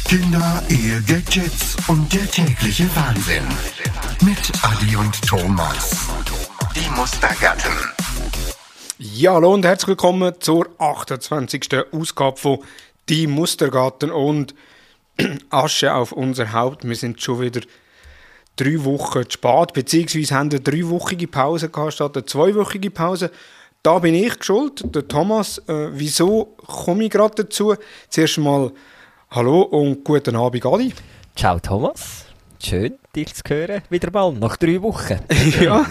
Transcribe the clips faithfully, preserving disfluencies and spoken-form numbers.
Kinder, Ehe, Gadgets und der tägliche Wahnsinn. Mit Adi und Thomas. Die Mustergatten. Ja, hallo und herzlich willkommen zur achtundzwanzigsten Ausgabe von Die Mustergatten und Asche auf unser Haupt. Wir sind schon wieder drei Wochen zu spät, beziehungsweise haben eine dreiwöchige Pause gehabt statt eine zweiwöchige Pause. Da bin ich schuld, der Thomas. Äh, wieso komme ich gerade dazu? Zuerst mal hallo und guten Abend, Adi. Ciao Thomas, schön dich zu hören, wieder mal, nach drei Wochen. Ja,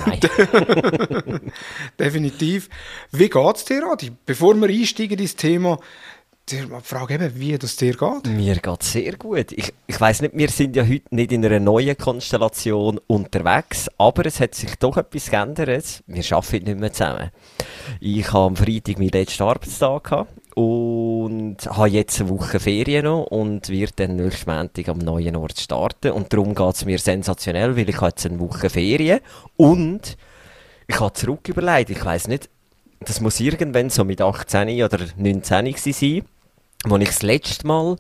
definitiv. Wie geht es dir, Adi? Bevor wir einsteigen ins Thema, die Frage eben, wie es dir geht. Mir geht es sehr gut. Ich, ich weiss nicht, wir sind ja heute nicht in einer neuen Konstellation unterwegs, aber es hat sich doch etwas geändert. Wir arbeiten nicht mehr zusammen. Ich hatte am Freitag meinen letzten Arbeitstag gehabt und habe jetzt eine Woche Ferien noch und werde dann nächsten Montag am neuen Ort starten. Und darum geht es mir sensationell, weil ich habe jetzt eine Woche Ferien und ich habe zurück überlegt, ich weiss nicht, das muss irgendwann so mit achtzehn oder neunzehn sein, wo ich das letzte Mal,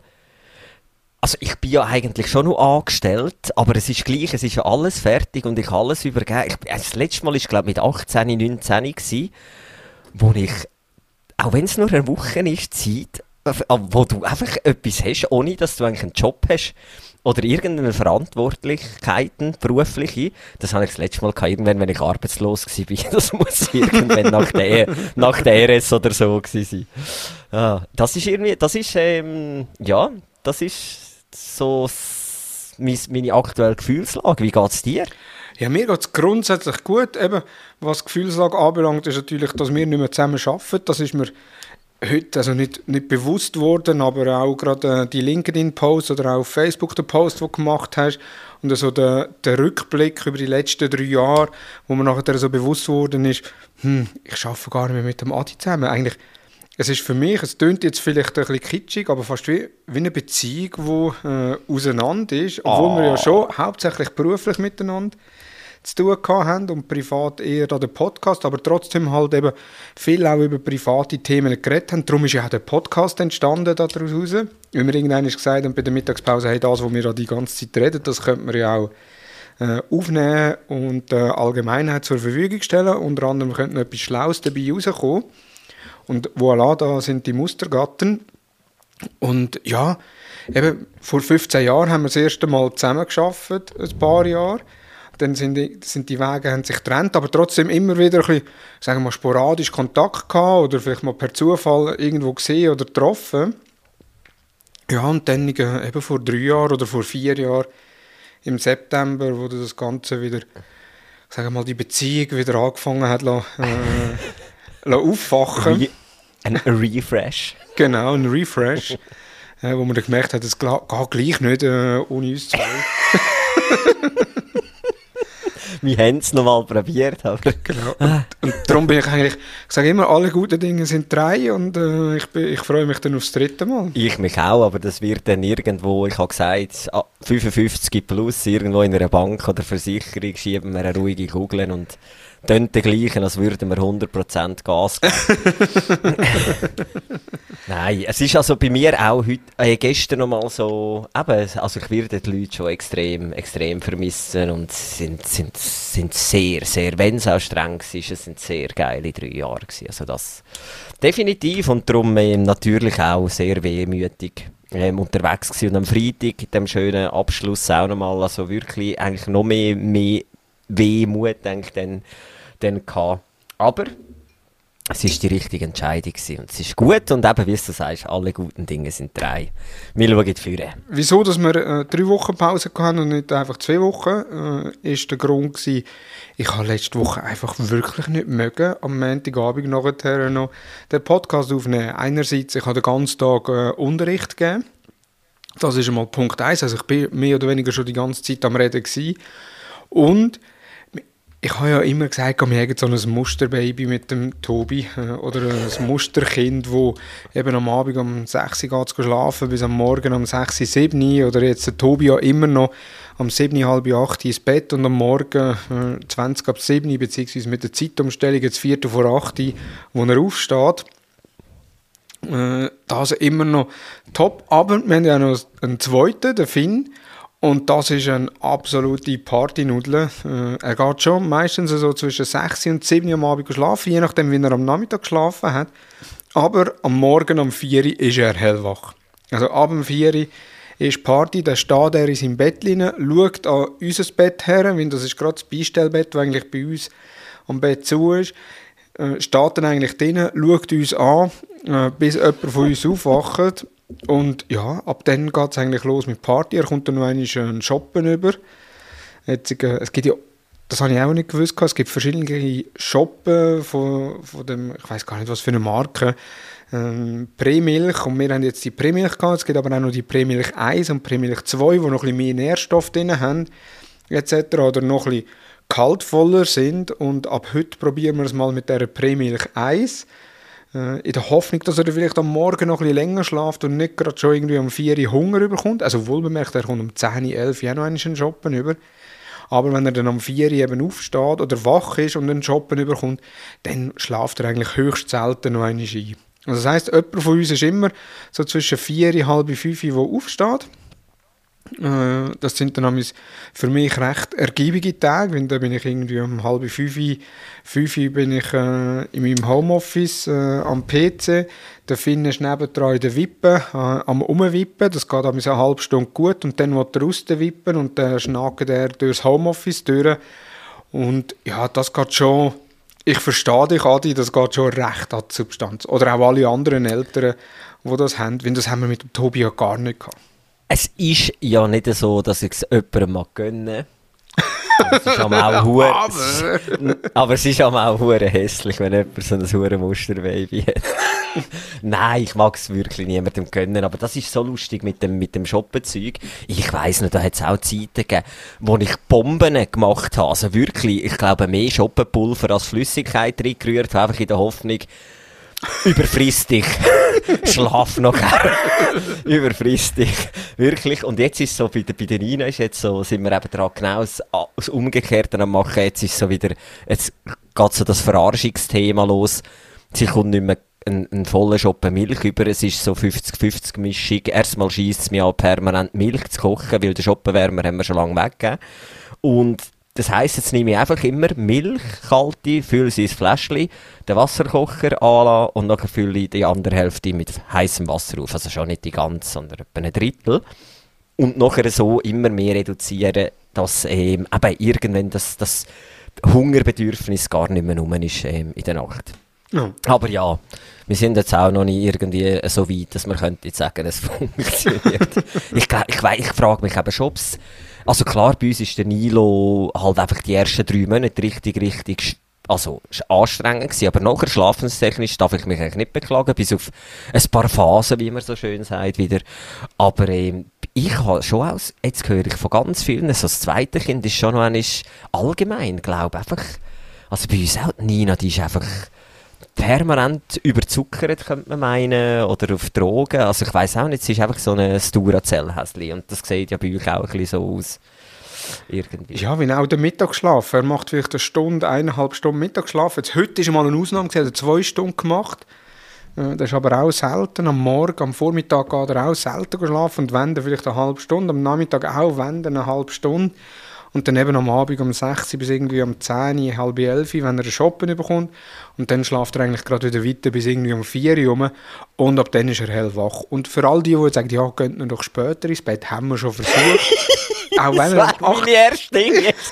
also ich bin ja eigentlich schon noch angestellt, aber es ist gleich, es ist ja alles fertig und ich habe alles übergeben. Ich, das letzte Mal war, glaube ich, mit achtzehn, neunzehn gewesen, wo ich, auch wenn es nur eine Woche ist, Zeit, wo du einfach etwas hast, ohne dass du eigentlich einen Job hast oder irgendeine Verantwortlichkeiten, berufliche, das habe ich das letzte Mal gehabt, irgendwann, wenn ich arbeitslos war. Das muss irgendwann nach der, nach der R S oder so gewesen sein. Ah, das ist irgendwie, das ist, ähm, ja, das ist so s- meine, meine aktuelle Gefühlslage. Wie geht es dir? Ja, mir geht es grundsätzlich gut. Eben, was die Gefühlslage anbelangt, ist natürlich, dass wir nicht mehr zusammen arbeiten. Das ist mir heute also nicht, nicht bewusst worden, aber auch gerade äh, die LinkedIn-Post oder auch auf Facebook der Post, den du gemacht hast und also der, der Rückblick über die letzten drei Jahre, wo mir nachher so bewusst worden ist, hm, ich arbeite gar nicht mehr mit dem Adi zusammen. Eigentlich, es ist für mich, es klingt jetzt vielleicht ein bisschen kitschig, aber fast wie, wie eine Beziehung, die äh, auseinander ist, obwohl Ah. wir ja schon hauptsächlich beruflich miteinander zu tun gehabt haben und privat eher an den Podcast, aber trotzdem halt eben viel auch über private Themen geredet haben. Darum ist ja auch der Podcast entstanden daraus raus. Wie wir irgendwann gesagt haben bei der Mittagspause, hey, das, was wir da die ganze Zeit reden, das könnte man ja auch äh, aufnehmen und der äh, Allgemeinheit zur Verfügung stellen. Unter anderem könnte noch etwas Schlaues dabei rauskommen. Und voilà, da sind die Mustergatten. Und ja, eben vor fünfzehn Jahren haben wir das erste Mal zusammengearbeitet, ein paar Jahre. Dann sind die, sind die Wege haben sich getrennt, aber trotzdem immer wieder ein bisschen, sagen wir mal, sporadisch Kontakt gehabt oder vielleicht mal per Zufall irgendwo gesehen oder getroffen. Ja, und dann äh, eben vor drei Jahren oder vor vier Jahren im September, wo das Ganze wieder, sagen wir mal, die Beziehung wieder angefangen hat, la, äh, la auffachen. Re- ein Refresh. Genau, ein Refresh, äh, wo man dann gemerkt hat, es gla- geht gleich nicht äh, ohne uns zwei. Wir haben es nochmal probiert, aber... Genau. Und, und darum bin ich eigentlich, ich sage immer, alle guten Dinge sind drei und äh, ich, bin, ich freue mich dann aufs dritte Mal. Ich mich auch, aber das wird dann irgendwo, ich habe gesagt, ah, fünfundfünfzig plus, irgendwo in einer Bank oder Versicherung schieben wir eine ruhige Kugel und tönt gleichen, als würden wir hundert Prozent Gas geben. Nein, es ist also bei mir auch heute, äh, gestern noch mal so, eben, also ich werde die Leute schon extrem, extrem vermissen und sind, sind, sind sehr, sehr, wenn es auch streng ist, es sind sehr geile drei Jahre gewesen, also das definitiv und darum ähm, natürlich auch sehr wehmütig ähm, unterwegs gewesen und am Freitag, in dem schönen Abschluss auch nochmal, also wirklich eigentlich noch mehr, mehr Wehmut, denke ich, dann, dann gehabt. Aber es war die richtige Entscheidung gewesen. Und es ist gut und eben, wie du sagst, alle guten Dinge sind drei. Wir schauen vorne. Wieso, dass wir äh, drei Wochen Pause hatten und nicht einfach zwei Wochen, äh, ist der Grund gewesen, ich habe letzte Woche einfach wirklich nicht mögen, am Montagabend nachher noch den Podcast aufnehmen. Einerseits, ich habe den ganzen Tag äh, Unterricht gegeben. Das ist einmal Punkt eins. Also ich bin mehr oder weniger schon die ganze Zeit am Reden gewesen. Und ich habe ja immer gesagt, wir haben so ein Musterbaby mit dem Tobi äh, oder ein Musterkind, das eben am Abend um sechs Uhr geht schlafen bis am Morgen um sechs, sieben Uhr oder jetzt der Tobi ja immer noch am sieben, halb acht ins Bett und am Morgen äh, zwanzig ab sieben, beziehungsweise mit der Zeitumstellung jetzt viertel vor acht, wo er aufsteht. Äh, das immer noch top. Aber wir haben ja noch einen zweiten, den Finn. Und das ist eine absolute Partynudel. Äh, er geht schon meistens so zwischen sechs und sieben Uhr am Abend schlafen, je nachdem, wie er am Nachmittag geschlafen hat. Aber am Morgen um vier Uhr ist er hellwach. Also ab um vier Uhr ist Party, dann steht er in seinem Bett rein, schaut an unser Bett her, weil das ist gerade das Beistellbett, das eigentlich bei uns am Bett zu ist. Äh, steht dann eigentlich drin, schaut uns an, äh, bis jemand von uns aufwacht. Und ja, ab dann geht es eigentlich los mit Party. Er kommt dann noch einmal einen Shoppen über. Jetzt, äh, es gibt ja, das habe ich auch nicht gewusst, es gibt verschiedene Shoppen von, von dem, ich weiß gar nicht, was für eine Marke, ähm, Prämilch. Und wir haben jetzt die Prämilch gehabt. Es gibt aber auch noch die Prämilch eins und Prämilch zwei, die noch ein bisschen mehr Nährstoff drin haben, et cetera. Oder noch ein bisschen kaltvoller sind. Und ab heute probieren wir es mal mit dieser Prämilch eins. Äh, in der Hoffnung, dass er vielleicht am Morgen noch ein bisschen länger schläft und nicht gerade schon irgendwie um vier Uhr Hunger bekommt. Also wohlbemerkt, er kommt um zehn, elf Uhr auch noch einen Shoppen über. Aber wenn er dann um vier Uhr eben aufsteht oder wach ist und einen Shoppen überkommt, dann schläft er eigentlich höchst selten noch einmal ein. Also das heisst, jemand von uns ist immer so zwischen vier Uhr, halb fünf Uhr, der aufsteht. Äh, das sind dann für mich recht ergiebige Tage, weil da bin ich irgendwie um halb fünf Uhr, fünf Uhr bin ich äh, in meinem Homeoffice äh, am P C. Der Finn ist nebendran in der Wippe, äh, am Umwippen. Das geht eine halbe Stunde gut und dann will er raus der Wippen und dann schnackt er durchs Homeoffice durch. Und ja, das geht schon... Ich verstehe dich, Adi, das geht schon recht an die Substanz. Oder auch alle anderen Eltern, die das haben, weil das haben wir mit dem Tobi ja gar nicht gehabt. Es ist ja nicht so, dass ich es jemandem mal gönne. Aber es ist auch hure, aber. aber es ist auch hure hässlich, wenn jemand so ein hure Musterbaby hat. Nein, ich mag es wirklich niemandem gönnen, aber das ist so lustig mit dem, mit dem Shoppenzeug. Ich weiss noch, da hat es auch Zeiten gegeben, wo ich Bomben gemacht habe. Also wirklich, ich glaube, mehr Shoppenpulver als Flüssigkeit reingerührt habe, einfach in der Hoffnung, überfriss dich. Schlaf noch. Überfriss dich. Wirklich. Und jetzt ist es so, bei der, bei der Nina ist jetzt so, sind wir eben dran genau das, das Umgekehrte am machen. Jetzt ist so wieder, jetzt geht so das Verarschungsthema los. Sie kommt nicht mehr einen, einen vollen Schoppen Milch über. Es ist so fünfzig fünfzig Mischung. Erstmal scheisst es mir an, permanent Milch zu kochen, weil den Schoppenwärmer haben wir schon lange weggegeben. Und das heisst, jetzt nehme ich einfach immer Milch, kalte, fülle sie ins Fläschchen, den Wasserkocher anlassen und dann fülle ich die andere Hälfte mit heißem Wasser auf. Also schon nicht die ganze, sondern etwa ein Drittel. Und nachher so immer mehr reduzieren, dass ähm, eben irgendwann das, das Hungerbedürfnis gar nicht mehr rum ist ähm, in der Nacht. Ja. Aber ja, wir sind jetzt auch noch nicht irgendwie so weit, dass man könnte jetzt sagen, es funktioniert. ich ich, ich, ich frage mich eben schon, ob es... Also klar, bei uns ist der Nilo halt einfach die ersten drei Monate richtig, richtig also, anstrengend gewesen. Aber nachher schlafenstechnisch darf ich mich eigentlich nicht beklagen, bis auf ein paar Phasen, wie man so schön sagt, wieder. Aber ähm, ich habe schon aus, jetzt höre ich von ganz vielen, so das zweite Kind ist schon noch einmal allgemein, glaube ich, einfach, also bei uns auch, Nina, die ist einfach permanent überzuckert, könnte man meinen, oder auf Drogen. Also ich weiss auch nicht, sie ist einfach so ein Duracell-Häschen und das sieht ja bei euch auch ein bisschen so aus. Irgendwie. Ja, wie auch der Mittagsschlaf. Er macht vielleicht eine Stunde, eineinhalb Stunden Mittagsschlaf. Jetzt, heute ist mal eine Ausnahme, er hat zwei Stunden gemacht. Das ist aber auch selten. Am Morgen, am Vormittag geht er auch selten schlafen und wenn, dann vielleicht eine halbe Stunde. Am Nachmittag auch, wenn, dann eine halbe Stunde. Und dann eben am Abend um sechs bis irgendwie um zehn, halb elf, wenn er einen Shoppen bekommt. Und dann schläft er eigentlich gerade wieder weiter bis irgendwie um vier Uhr rum. Und ab dann ist er hellwach. Und für all die, die jetzt sagen, ja, gehen wir doch später ins Bett, haben wir schon versucht. Auch wenn das war meine erste Ding jetzt.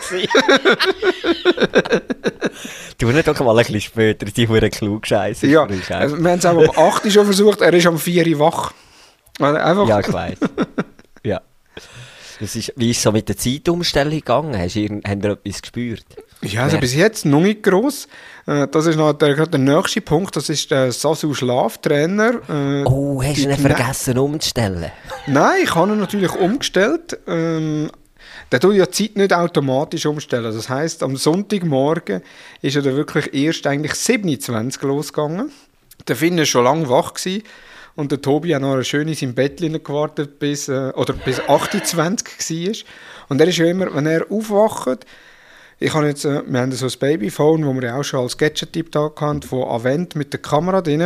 Du nicht doch mal ein bisschen später, die hure klug Scheiße. Ja, also wir haben es auch um acht Uhr schon versucht, er ist um vier Uhr wach. Also einfach. Ja, ich weiss. Ja. Das ist, wie ist es so mit der Zeitumstellung gegangen? Hast ihr, habt ihr etwas gespürt? Ja, also bis jetzt noch nicht gross. Das ist noch der, der nächste Punkt, das ist der Sasu Schlaftrainer. Oh, hast du ihn vergessen umzustellen? Nein, ich habe ihn natürlich umgestellt. Ähm, der tut ja die Zeit nicht automatisch umstellen. Das heisst, am Sonntagmorgen ist er dann wirklich erst eigentlich siebenundzwanzig losgegangen. Der Finn war schon lange wach gewesen. Und der Tobi hat noch schön in seinem Bett gewartet, bis, äh, oder bis achtundzwanzig war. Und er ist ja immer, wenn er aufwacht, ich habe jetzt, äh, wir haben so ein Babyphone, das wir ja auch schon als Gadget-Tipp da hatten, von Avent mit der Kamera drin.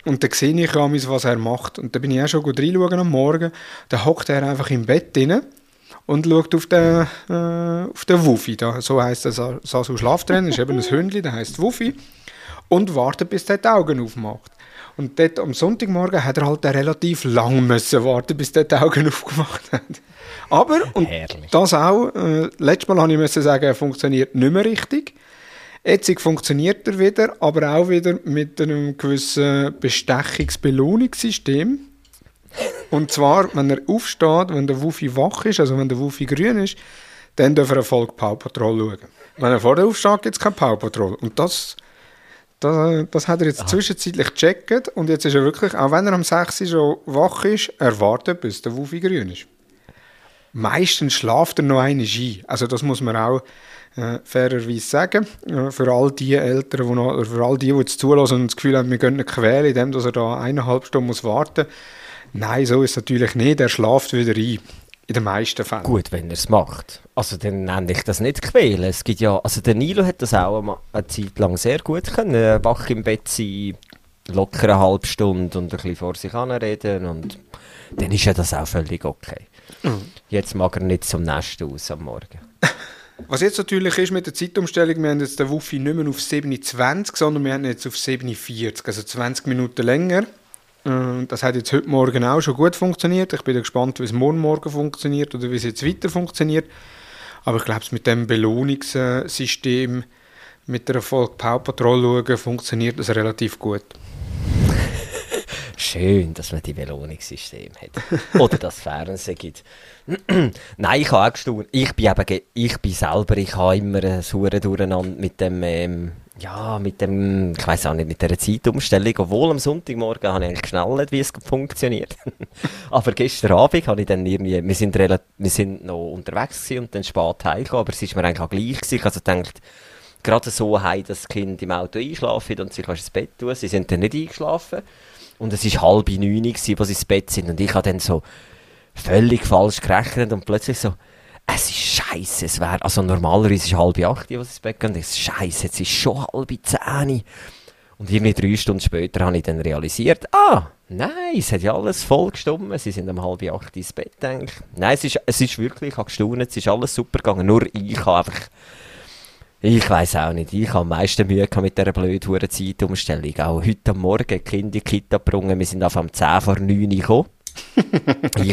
und dann sehe ich an, was er macht. Und dann bin ich auch schon gut reinschauen am Morgen. Dann hockt er einfach im Bett drin und schaut auf den, äh, auf den Wuffi. Da, so heisst das, Sasu schläft drin, ist eben ein Hündchen, der heisst Wuffi. Und wartet, bis der die Augen aufmacht. Und dort am Sonntagmorgen hat er halt relativ lang müssen warten, bis der die Augen aufgemacht hat. Aber, und Herrlich. das auch, äh, letztes Mal habe ich müssen sagen, er funktioniert nicht mehr richtig. Jetzt funktioniert er wieder, aber auch wieder mit einem gewissen Bestechungs-Belohnungssystem. Und zwar, wenn er aufsteht, wenn der Wuffi wach ist, also wenn der Wuffi grün ist, dann darf er eine Folge Paw Patrol schauen. Wenn er vorher aufsteht, gibt es kein Paw Patrol. Und das... Das, das hat er jetzt Aha. zwischenzeitlich gecheckt und jetzt ist er wirklich, auch wenn er am sechs Uhr schon wach ist, er wartet, bis der Wuffi grün ist. Meistens schlaft er noch eine ein. Also das muss man auch äh, fairerweise sagen. Äh, für all die Eltern, die noch, oder für all die, die jetzt zulassen und das Gefühl haben, wir gehen nicht quälen, indem er da eineinhalb Stunden muss warten muss. Nein, so ist es natürlich nicht. Er schlaft wieder ein. In den meisten Fällen. Gut, wenn er es macht. Also dann nenne ich das nicht quälen. Es gibt ja, also der Nilo hat das auch eine, eine Zeit lang sehr gut können. Wach im Bett sein, locker eine halbe Stunde und ein bisschen vor sich anreden und dann ist ja das auch völlig okay. Mhm. Jetzt mag er nicht zum Nest aus am Morgen. Was jetzt natürlich ist mit der Zeitumstellung, wir haben jetzt den Wuffi nicht mehr auf sieben Uhr zwanzig, sondern wir haben jetzt auf sieben Uhr vierzig, also zwanzig Minuten länger. Das hat jetzt heute Morgen auch schon gut funktioniert. Ich bin gespannt, wie es morgen Morgen funktioniert oder wie es jetzt weiter funktioniert. Aber ich glaube, mit dem Belohnungssystem, mit der Erfolg Paw Patrol schauen, funktioniert das relativ gut. Schön, dass man die Belohnungssystem hat. Oder das Fernsehen gibt. Nein, ich habe auch gestaunt. Ich bin, eben, ich bin selber, ich habe immer ein Sauren durcheinander mit dem... Ähm, Ja, mit dem, ich weiss auch nicht, mit dieser Zeitumstellung, obwohl am Sonntagmorgen habe ich eigentlich geschnallt, wie es funktioniert. Aber gestern Abend habe ich dann irgendwie, wir sind, relativ, wir sind noch unterwegs gewesen und dann spät heimgekommen, aber es ist mir eigentlich auch gleich gewesen. Ich also gedacht, gerade so heim, dass das Kind im Auto einschlafen und sie kannst ins Bett tun, sie sind dann nicht eingeschlafen. Und es war halb neun, als sie ins Bett sind und ich habe dann so völlig falsch gerechnet und plötzlich so, es ist scheisse, es wäre, also normalerweise ist es halb acht, was ins Bett gehen, es ist scheisse, es ist schon halb zehn. Und irgendwie drei Stunden später habe ich dann realisiert, ah, nein, es hat ja alles voll gestimmt, sie sind um halb acht ins Bett, denke ich. Nein, es ist, es ist wirklich, ich habe gestaunt, es ist alles super gegangen, nur ich habe einfach, ich weiss auch nicht, ich habe am meisten Mühe mit dieser blöden Zeitumstellung. Auch heute am Morgen, die Kinder in die Kita gebrungen, wir sind auf um zehn vor neun gekommen. ich...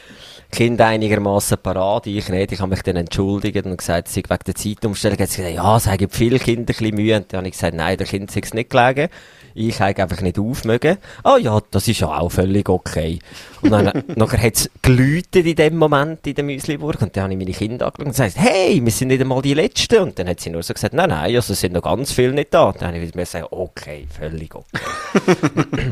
Kinder einigermaßen parat, ich nicht. Ich habe mich dann entschuldigt und gesagt, es sei wegen der Zeitumstellung. Hat sie gesagt, ja, es haben viele Kinder ein bisschen Mühe. Und dann habe ich gesagt, nein, der Kind sei es nicht gelegen. Ich habe einfach nicht aufmögen. Ah ja, das ist ja auch völlig okay. Und dann nachher hat es geläutet in dem Moment in der Müsliburg. Und dann habe ich meine Kinder angeschaut und gesagt, hey, wir sind nicht einmal die Letzten. Und dann hat sie nur so gesagt, nein, nein, also es sind noch ganz viele nicht da. Dann habe ich mir gesagt, okay, völlig okay.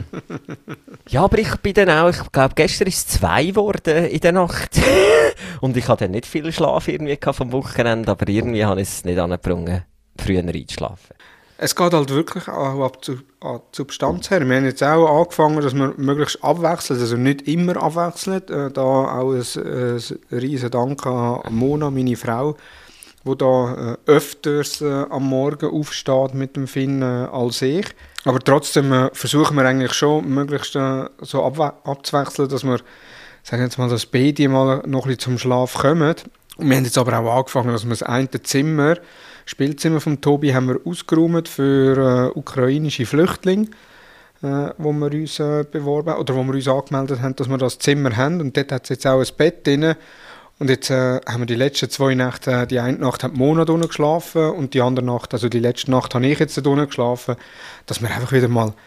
Ja, aber ich bin dann auch, ich glaube, gestern ist es zwei geworden in der Nacht. Und ich hatte dann nicht viel Schlaf irgendwie vom Wochenende, aber irgendwie habe ich es nicht angebrungen, früher einzuschlafen. Es geht halt wirklich auch ab zu, an die Substanz her. Wir haben jetzt auch angefangen, dass wir möglichst abwechseln, also nicht immer abwechseln. Äh, da auch ein, ein riesen Dank an Mona, meine Frau, die da äh, öfters äh, am Morgen aufsteht mit dem Finn äh, als ich. Aber trotzdem äh, versuchen wir eigentlich schon, möglichst äh, so abwe- abzuwechseln, dass wir, sagen wir jetzt mal, dass beide mal noch ein bisschen zum Schlaf kommen. Und wir haben jetzt aber auch angefangen, dass wir das eine Zimmer, Spielzimmer von Tobi, haben wir ausgeräumt für äh, ukrainische Flüchtlinge, äh, wo wir uns äh, beworben oder wo wir uns angemeldet haben, dass wir das Zimmer haben. Und dort hat es jetzt auch ein Bett drin. Und jetzt äh, haben wir die letzten zwei Nächte, äh, die eine Nacht hat Monat unten geschlafen und die andere Nacht, also die letzte Nacht habe ich jetzt unten geschlafen, dass man einfach wieder mal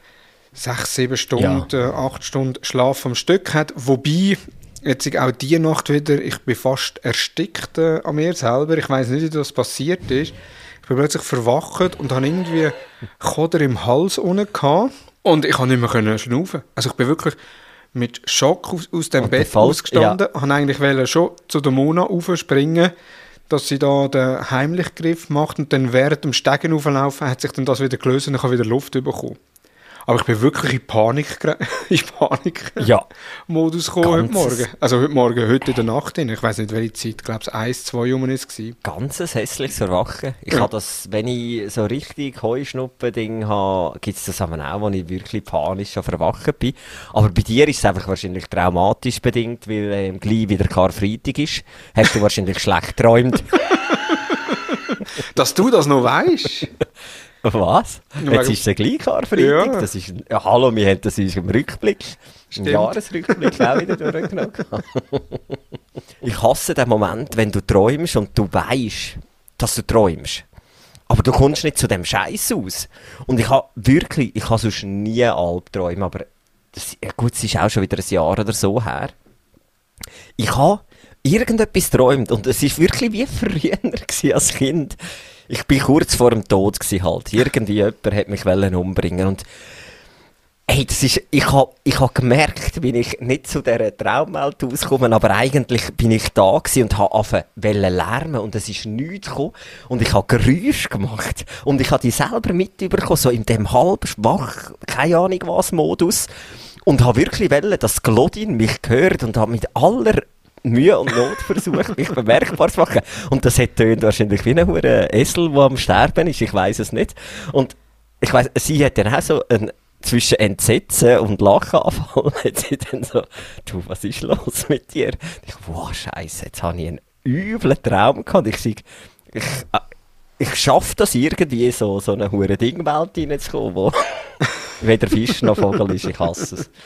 sechs, sieben Stunden, ja. äh, acht Stunden Schlaf am Stück hat. Wobei, jetzt auch diese Nacht wieder, ich bin fast erstickt äh, an mir selber. Ich weiss nicht, wie das passiert ist. Ich bin plötzlich verwacht und habe irgendwie Koder im Hals unten gehabt und ich konnte nicht mehr können schnaufen. Also ich bin wirklich mit Schock aus, aus dem und Bett Fall, ausgestanden. Ich ja. wollte eigentlich schon zu der Mona raufspringen, dass sie da den Heimlichgriff macht und dann während dem Stegen rauflaufen hat sich dann das wieder gelöst und ich habe wieder Luft bekommen. Aber ich bin wirklich in Panik, in Panik Ja. Modus gekommen heute Ganzes- Morgen. Also heute Morgen, heute in der Nacht. Ich weiß nicht, welche Zeit. Ich glaube, es eins, zwei Uhr war es. Ganzes hässliches Erwachen. Ich Ja. habe das, wenn ich so richtig Heuschnuppen-Ding habe, gibt es das aber auch, wo ich wirklich panisch schon verwacht bin. Aber bei dir ist es einfach wahrscheinlich traumatisch bedingt, weil ähm, gleich wieder Karfreitag ist. Hast du wahrscheinlich schlecht geträumt. Dass du das noch weißt. Was? Nur Jetzt wegen- ist es gleich Karfreitag. Ja. Das ist, ja, hallo, wir haben das in unserem Rückblick, Stimmt. im Jahresrückblick auch wieder durchgenommen. Ich hasse den Moment, wenn du träumst und du weißt, dass du träumst. Aber du kommst nicht zu dem Scheiß aus. Und ich habe wirklich, ich habe sonst nie Albträume, aber das, ja gut, es ist auch schon wieder ein Jahr oder so her. Ich habe irgendetwas geträumt und es war wirklich wie früher gewesen als Kind. Ich bin kurz vor dem Tod gewesen halt. Irgendwie jemand hat mich wollen umbringen und hey, das ist, ich habe ich hab gemerkt, wie ich nicht zu dieser Traumwelt rauskomme, aber eigentlich bin ich da gewesen und habe angefangen wollen lärmen und es ist nichts gekommen und ich habe Geräusche gemacht und ich habe die selber mitbekommen, so in dem halb schwach, keine Ahnung was Modus und habe wirklich wollen, dass Glodin mich hört und habe mit aller Mühe und Not versucht, mich bemerkbar zu machen. Und das hat tönt wahrscheinlich wie ein hure Esel, der am Sterben ist, ich weiß es nicht. Und ich weiss, sie hat dann auch so ein, zwischen Entsetzen und Lachenanfall, hat sie dann so, du, was ist los mit dir? Ich, wow, Scheiße, jetzt habe ich einen üblen Traum gehabt. Ich sage, ich, äh, ich schaffe das irgendwie, so, so eine hure Dingwelt reinzukommen, wo weder Fisch noch Vogel ist. Ich hasse es.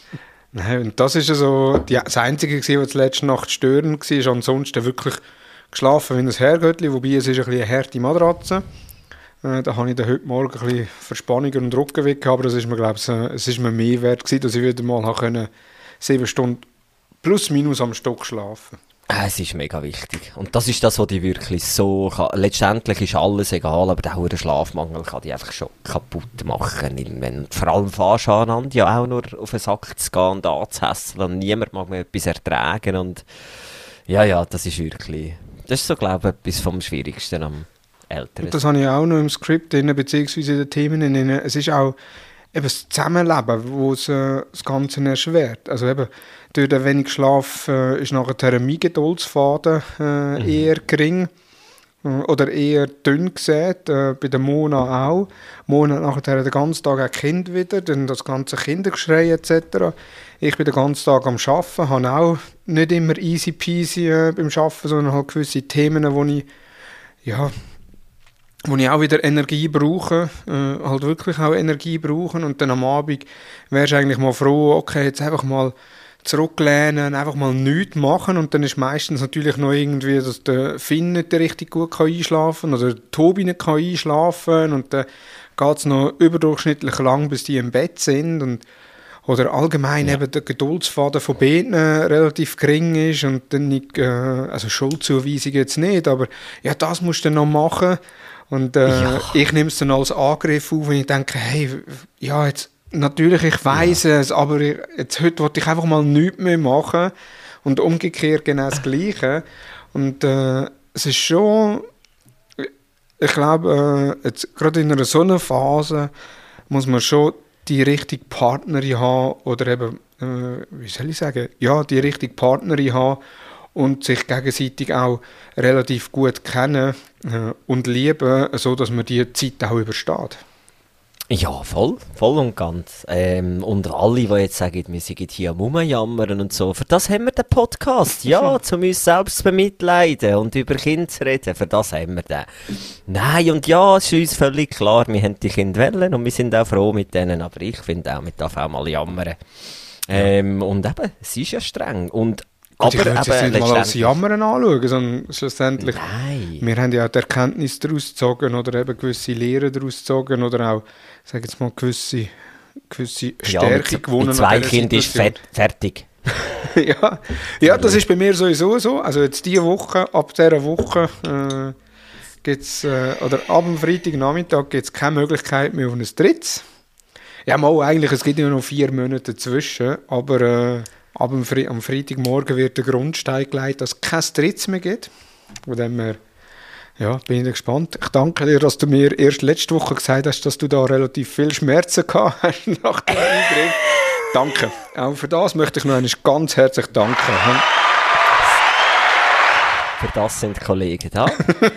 Nein, und das ist ja so die, das Einzige, gewesen, was letzte Nacht störend war. Ansonsten wirklich geschlafen wie ein Herrgöttli, wobei es ist ein bisschen eine harte Matratze. Äh, da habe ich dann heute Morgen ein bisschen Verspannungen und Rücken weg, aber das ist mir, glaube ich, es ist mir mehr wert gewesen, dass ich wieder mal habe können, sieben Stunden plus minus am Stock schlafen. Äh, Es ist mega wichtig. Und das ist das, was dich wirklich so kann. Letztendlich ist alles egal, aber der hohe Schlafmangel kann dich einfach schon kaputt machen. Wenn, vor allem fährst du aneinander ja auch nur auf den Sack zu gehen und anzuhässeln und niemand mag mehr etwas ertragen. Und ja, ja, das ist wirklich, das ist so, glaube ich, etwas vom Schwierigsten am Älteren. Und das habe ich auch noch im Skript drin, beziehungsweise in den Themen drin. Es ist auch eben das Zusammenleben, wo es, äh, das Ganze erschwert. Also eben, durch den wenig Schlaf äh, ist nachher mein Geduldsfaden äh, Mhm. eher gering äh, oder eher dünn gesät. Äh, bei der Mona auch. Mona hat nachher den ganzen Tag ein Kind wieder, dann das ganze Kindergeschrei et cetera. Ich bin den ganzen Tag am Arbeiten, habe auch nicht immer easy peasy äh, beim Arbeiten, sondern halt gewisse Themen, wo ich ja, wo ich auch wieder Energie brauche, äh, halt wirklich auch Energie brauchen und dann am Abend wärst du eigentlich mal froh, okay, jetzt einfach mal zurücklehnen, einfach mal nichts machen und dann ist meistens natürlich noch irgendwie, dass der Finn nicht richtig gut kann einschlafen oder der Tobi nicht kann einschlafen und dann geht es noch überdurchschnittlich lang, bis die im Bett sind und oder allgemein Ja. eben der Geduldsfaden von beiden relativ gering ist und dann nicht, äh, also Schuldzuweisung jetzt nicht, aber ja, das musst du dann noch machen. Und äh, Ja. ich nehme es dann als Angriff auf, wenn ich denke, hey, ja, jetzt, natürlich, ich weiss es, aber ich, jetzt heute wollte ich einfach mal nichts mehr machen und umgekehrt genau das Gleiche. Und äh, es ist schon, ich glaube, äh, jetzt gerade in einer so einer Phase muss man schon die richtige Partnerin haben oder eben, äh, wie soll ich sagen, ja, die richtige Partnerin haben und sich gegenseitig auch relativ gut kennen äh, und lieben, so dass man die Zeit auch übersteht. Ja, voll, voll und ganz. Ähm, und alle, die jetzt sagen, wir sind hier am Rumjammern und so, für das haben wir den Podcast. Ja, um uns selbst zu bemitleiden und über Kinder zu reden, für das haben wir den. Nein, und ja, es ist uns völlig klar, wir haben die Kinder wollen und wir sind auch froh mit denen, aber ich finde auch, man darf auch mal jammern. Ähm, und eben, es ist ja streng. Und Gut, ich aber würde es jetzt eben nicht mal als letztendlich- Jammern anschauen, sondern schlussendlich, Nein. wir haben ja auch die Erkenntnis daraus gezogen oder eben gewisse Lehren daraus gezogen oder auch, sag jetzt mal, gewisse, gewisse Ja, Stärke mit, gewonnen. mit zwei an dieser Kindern ist Situation. fer fertig. ja. ja, das ist bei mir sowieso so. Also jetzt diese Woche, ab dieser Woche äh, gibt's, äh, oder ab dem Freitagnachmittag gibt es keine Möglichkeit mehr auf ein Drittes. Ja, mal eigentlich, es gibt ja noch vier Monate dazwischen, aber äh, ab dem Fre am Freitagmorgen wird der Grundstein gelegt, dass es kein Drittes mehr gibt. Von dem her, Ja, bin ich gespannt. Ich danke dir, dass du mir erst letzte Woche gesagt hast, dass du da relativ viel Schmerzen gehabt hast nach dem Eingriff. Danke. Auch für das möchte ich noch einmal ganz herzlich danken. Für das sind die Kollegen da.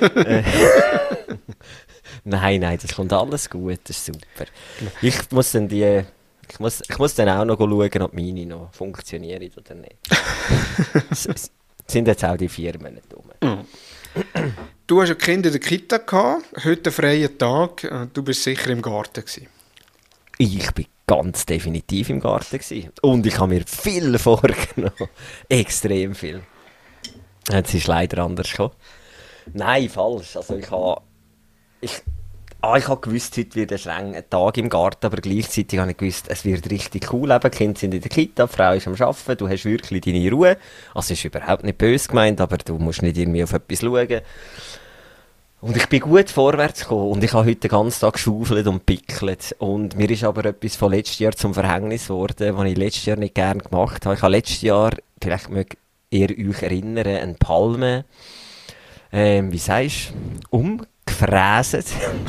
Nein, nein, das kommt alles gut, das ist super. Ich muss dann die... Ich muss, ich muss dann auch noch schauen, ob meine noch funktionieren oder nicht. Es, es sind jetzt auch die Firmen nicht dumm. Mhm. Du hast ja Kinder in der Kita gehabt, heute einen freien Tag. Du bist sicher im Garten gewesen. Ich bin ganz definitiv im Garten gewesen. Und ich habe mir viel vorgenommen. Extrem viel. Jetzt ist leider anders gekommen. Nein, falsch. Also ich habe... Ich, Ah, ich habe gewusst, heute wird ein strenger Tag im Garten, aber gleichzeitig habe ich gewusst, es wird richtig cool. Eben, die Kinder sind in der Kita, die Frau ist am Arbeiten, du hast wirklich deine Ruhe. Also es ist überhaupt nicht böse gemeint, aber du musst nicht irgendwie auf etwas schauen. Und ich bin gut vorwärts gekommen und ich habe heute den ganzen Tag geschaufelt und pickelt. Und mir ist aber etwas von letztes Jahr zum Verhängnis geworden, was ich letztes Jahr nicht gerne gemacht habe. Ich habe letztes Jahr, vielleicht mögt ihr euch erinnern, eine Palme, ähm, wie sagst du, um... gefräset.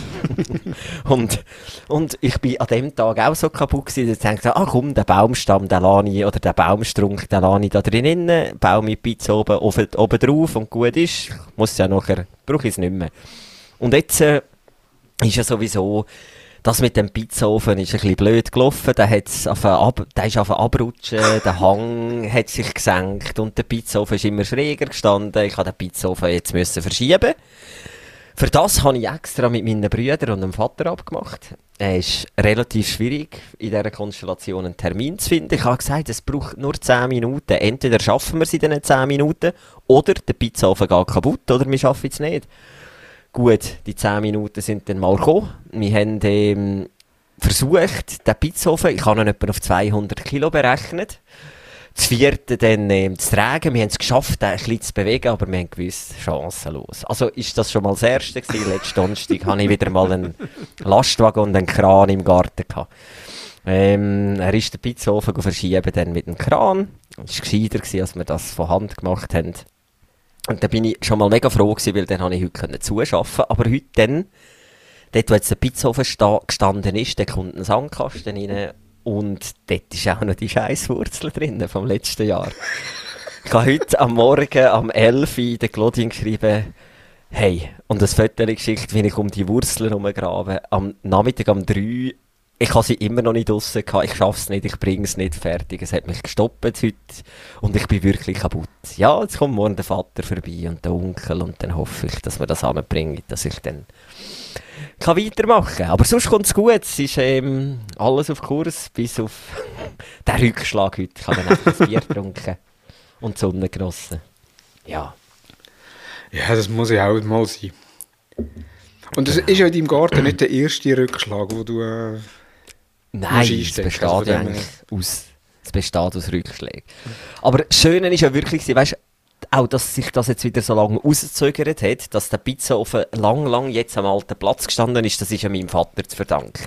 und, und ich bin an dem Tag auch so kaputt gewesen, dass ich dachte, ah komm, der Baumstamm, den lasse ich, oder der Baumstrunk, den lasse ich da drinnen, baue mit Pizza oben, oben, oben drauf und gut ist. Muss ja nachher, brauche ich es nicht mehr. Und jetzt äh, ist ja sowieso, das mit dem Pizzaofen ist ein bisschen blöd gelaufen, der, hat's auf ab, der ist auf abrutschen, der Hang hat sich gesenkt und der Pizzaofen ist immer schräger gestanden. Ich musste den Pizzaofen jetzt müssen verschieben. Für das habe ich extra mit meinen Brüdern und dem Vater abgemacht. Es ist relativ schwierig, in dieser Konstellation einen Termin zu finden. Ich habe gesagt, es braucht nur zehn Minuten. Entweder schaffen wir es in diesen zehn Minuten, oder der Pizzaofen geht kaputt, oder wir schaffen es nicht. Gut, die zehn Minuten sind dann mal gekommen. Wir haben ähm, versucht, den Pizzaofen, ich habe ihn etwa auf zweihundert Kilo berechnet, das vierte dann ähm, zu tragen. Wir haben es geschafft, den ein bisschen zu bewegen, aber wir haben gewusst, chancenlos. Also ist das schon mal das Erste gewesen. Letzten Donnerstag hatte ich wieder mal einen Lastwagen und einen Kran im Garten gehabt. Ähm, er ist den Pizzaofen verschieben dann mit dem Kran. Es war gescheiter gewesen, als wir das von Hand gemacht haben. Und da bin ich schon mal mega froh gewesen, weil dann konnte ich heute zuschaffen. Aber heute dann, dort wo jetzt der Pizzaofen sta- gestanden ist, da kommt ein Sandkasten rein. Und dort ist auch noch die Scheisswurzel drin vom letzten Jahr. Ich habe heute am Morgen am elf Uhr in der Claudine geschrieben, hey, und ein Foto geschickt, wie ich um die Wurzeln herumgrabe. Am Nachmittag um drei Uhr, ich habe sie immer noch nicht draussen gehabt, ich schaffe es nicht, ich bringe es nicht fertig. Es hat mich gestoppt heute und ich bin wirklich kaputt. Ja, jetzt kommt morgen der Vater vorbei und der Onkel und dann hoffe ich, dass wir das anbringen, dass ich dann kann weitermachen. Aber sonst kommt es gut. Es ist ähm, alles auf Kurs, bis auf den Rückschlag heute. Ich habe dann einfach ein Bier getrunken und die Sonne genossen. Ja. Ja, das muss ja auch mal sein. Und es ist ja in deinem Garten nicht der erste Rückschlag, wo du äh, Nein, es besteht, also ja eigentlich aus, es besteht aus Rückschlägen. Aber das Schöne ist ja wirklich, weißt, auch, dass sich das jetzt wieder so lange rausgezögert hat, dass der Pizzaofen lang, lang jetzt am alten Platz gestanden ist, das ist ja meinem Vater zu verdanken.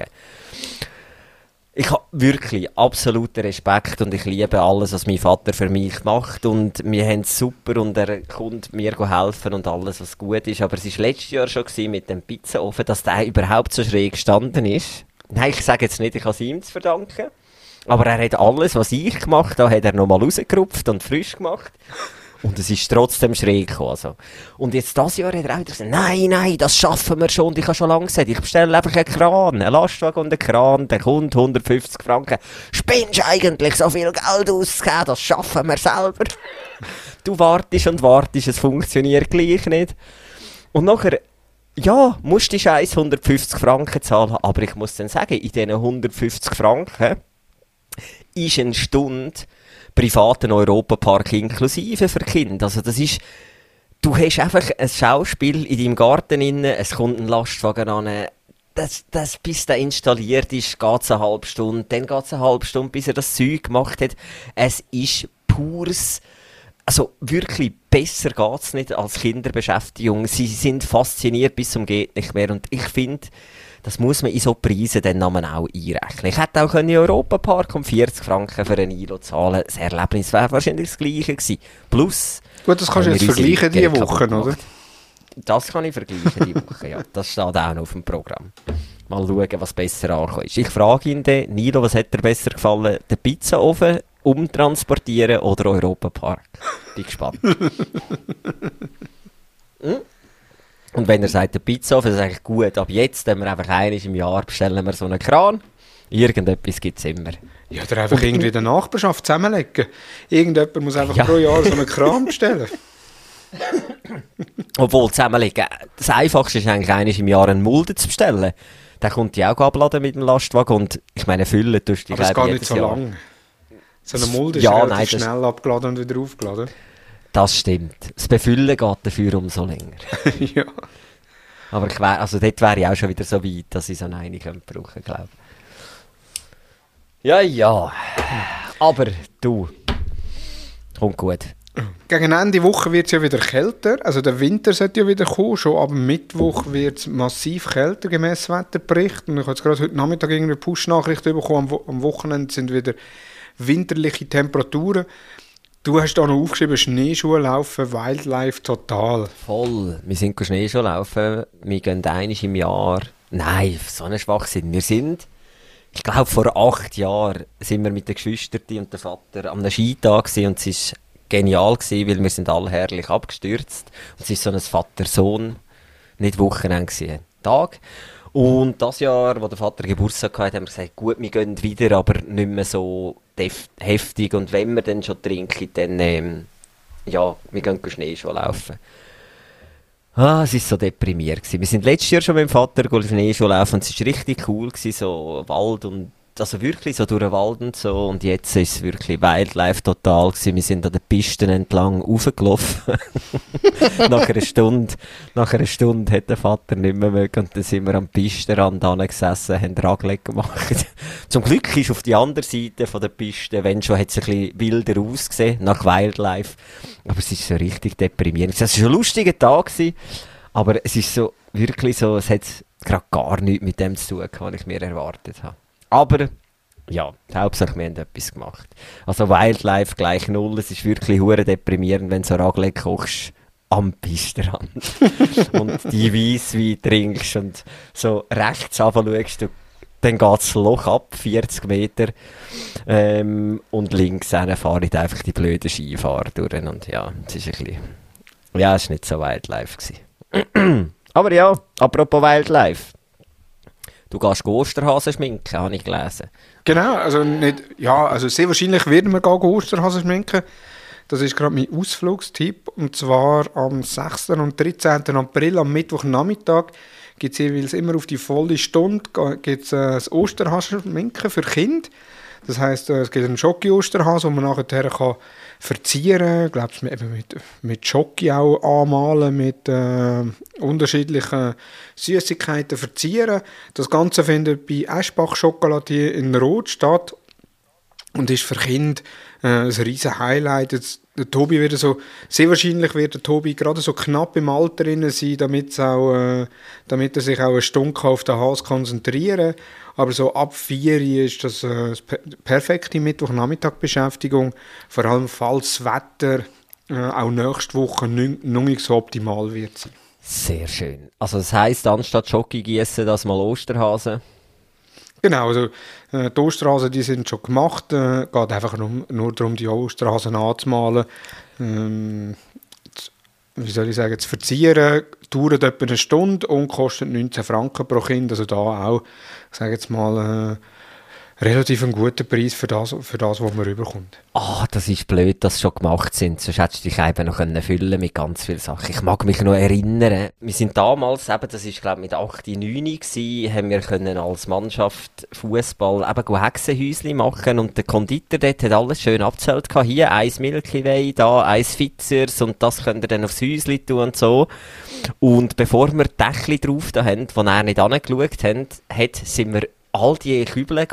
Ich habe wirklich absoluten Respekt und ich liebe alles, was mein Vater für mich macht und wir haben es super und er kommt mir helfen und alles, was gut ist. Aber es war letztes Jahr schon gewesen mit dem Pizzaofen, dass der überhaupt so schräg gestanden ist. Nein, ich sage jetzt nicht, ich habe es ihm zu verdanken, aber er hat alles, was ich gemacht habe, hat er nochmal rausgerupft und frisch gemacht. Und es ist trotzdem schräg gekommen. Also. Und jetzt dieses Jahr hat er auch wieder gesagt, nein, nein, das schaffen wir schon. Und ich habe schon lange gesagt, ich bestelle einfach einen Kran, einen Lastwagen und einen Kran, der kommt hundertfünfzig Franken. Spinnst du eigentlich so viel Geld auszugeben? Das schaffen wir selber. Du wartest und wartest, es funktioniert gleich nicht. Und nachher, ja, musst du die scheiß hundertfünfzig Franken zahlen. Aber ich muss dann sagen, in diesen hundertfünfzig Franken ist eine Stunde privaten Europapark inklusive für Kinder. Also das ist, du hast einfach ein Schauspiel in deinem Garten inne, es kommt ein Lastwagen an, das, das, bis der installiert ist, geht es eine halbe Stunde, dann geht es eine halbe Stunde, bis er das Zeug gemacht hat. Es ist pures, also wirklich besser geht es nicht als Kinderbeschäftigung. Sie sind fasziniert bis zum geht nicht mehr und ich finde, das muss man in so Preisen dann auch einrechnen. Ich hätte auch in Europapark um vierzig Franken für ein Eilo zahlen. Das Erlebnis wäre wahrscheinlich das gleiche gewesen. Plus... Gut, das kannst du jetzt vergleichen diese Woche, oder? Das kann ich vergleichen die Woche, ja. Das steht auch noch auf dem Programm. Mal schauen, was besser ankommt. Ich frage ihn dann, Nilo, was hat dir besser gefallen? Den Pizzaofen umtransportieren oder Europapark? Bin gespannt. hm? Und wenn er sagt, der Pizzaofen, dann sage ich, gut, ab jetzt, wenn wir einfach einmal im Jahr bestellen wir so einen Kran. Irgendetwas gibt es immer. Ja, oder einfach irgendwie in der Nachbarschaft zusammenlegen. Irgendjemand muss einfach ja. pro Jahr so einen Kran bestellen. Obwohl, zusammenlegen, das Einfachste ist eigentlich einmal im Jahr einen Mulden zu bestellen. Der kommt ja auch abladen mit dem Lastwagen und ich meine, füllen tust du aber es geht nicht so Jahr. lang. So eine Mulde ist ja, relativ nein, schnell abgeladen und wieder aufgeladen. Das stimmt. Das Befüllen geht dafür umso länger. ja. Aber ich wär, also dort wäre ich auch schon wieder so weit, dass ich so eine brauchen könnte, glaube ich. Ja, ja. Aber du, kommt gut. Gegen Ende Woche wird es ja wieder kälter. Also der Winter sollte ja wieder kommen. Schon ab Mittwoch wird es massiv kälter, gemäss Wetterbericht. Und ich habe jetzt gerade heute Nachmittag eine Push-Nachricht bekommen. Am, Wo- am Wochenende sind wieder winterliche Temperaturen. Du hast da noch aufgeschrieben, Schneeschuhe laufen, Wildlife total. Voll. Wir sind Schneeschuhe laufen. Wir gehen einmal im Jahr. Nein, so ein Schwachsinn. Wir sind... Ich glaube, vor acht Jahren sind wir mit den Geschwistern und dem Vater am Skitag gewesen, und es war genial gewesen, weil wir sind alle herrlich abgestürzt. Und es war so ein Vater-Sohn, nicht Wochenende gewesen, Tag. Und das Jahr, wo der Vater Geburtstag hatte, haben wir gesagt, gut, wir gehen wieder, aber nicht mehr so def- heftig. Und wenn wir dann schon trinken, dann, ähm, ja, wir gehen Schneeschuh laufen. Ah, es war so deprimierend gewesen. Wir sind letztes Jahr schon mit dem Vater Schneeschuh laufen und es war richtig cool gewesen, so Wald und, also wirklich so durch den Wald und so. Und jetzt ist es wirklich Wildlife total gewesen. Wir sind an den Pisten entlang raufgelaufen. nach einer Stunde, nach einer Stunde hat der Vater nicht mehr mögen und dann sind wir am Pistenrand gesessen, haben Raglet gemacht. Zum Glück ist auf die andere Seite von der Piste, wenn schon, hat es ein bisschen wilder ausgesehen, nach Wildlife. Aber es ist so richtig deprimierend. Es war ein lustiger Tag gewesen, aber es ist so, wirklich so, es hat gerade gar nichts mit dem zu tun, was ich mir erwartet habe. Aber, ja, hauptsächlich wir haben etwas gemacht. Also Wildlife gleich null, es ist wirklich hure deprimierend, wenn du so Raglet kochst am Pistenrand und die Weisswein trinkst und so rechts runter schaust, dann geht das Loch ab, vierzig Meter, ähm, und links fahren einfach die blöden Skifahrer durch und ja, es ist ein bisschen, ja, es war nicht so Wildlife gewesen. Aber ja, apropos Wildlife. Du gehst Osterhasen schminken, habe ich gelesen. Genau, also nicht, ja, also sehr wahrscheinlich werden wir gehen Osterhasen schminken. Das ist gerade mein Ausflugstipp. Und zwar am sechsten und dreizehnten April, am Mittwochnachmittag, gibt es jeweils immer auf die volle Stunde gibt's, äh, das Osterhasen schminken für Kinder. Das heisst, es gibt einen Schoki-Osterhase, den man nachher kann verzieren kann. Ich glaube, mit, mit Schoki auch anmalen, mit äh, unterschiedlichen Süßigkeiten verzieren. Das Ganze findet bei Eschbach Chocolatier in Rot statt und ist für Kinder äh, ein riesen Highlight. Jetzt, der Tobi wird so, sehr wahrscheinlich wird der Tobi gerade so knapp im Alter drin sein, damit, auch, äh, damit er sich auch eine Stunde auf den Hase konzentrieren kann. Aber so ab vier ist das eine äh, perfekte Mittwochnachmittag-Beschäftigung, vor allem falls das Wetter äh, auch nächste Woche nicht, noch nicht so optimal wird sein. Sehr schön. Also das heisst, anstatt Schoki gießen, das mal Osterhasen? Genau, also äh, die Osterhasen, die sind schon gemacht. Es äh, geht einfach nur, nur darum, die Osterhasen anzumalen. Ähm, zu, wie soll ich sagen, zu verzieren, dauert etwa eine Stunde und kostet neunzehn Franken pro Kind. Also da auch, ich sage jetzt mal, äh, relativ ein guter Preis für das, für das, was man rüberkommt. Ah, oh, das ist blöd, dass sie schon gemacht sind. Sonst hättest du dich eben noch können füllen mit ganz vielen Sachen. Ich mag mich noch erinnern, wir sind damals, eben, das ist glaube ich mit acht, neun gewesen, haben wir können als Mannschaft Fußball eben Hexenhäusli machen und der Konditor dort hat alles schön abgezählt. Hier eins Milky Way, da eins Fitzers und das könnt ihr dann aufs Häusli tun und so. Und bevor wir die Dächli drauf da haben, die er nicht angeschaut haben, hat, sind wir all die Kübel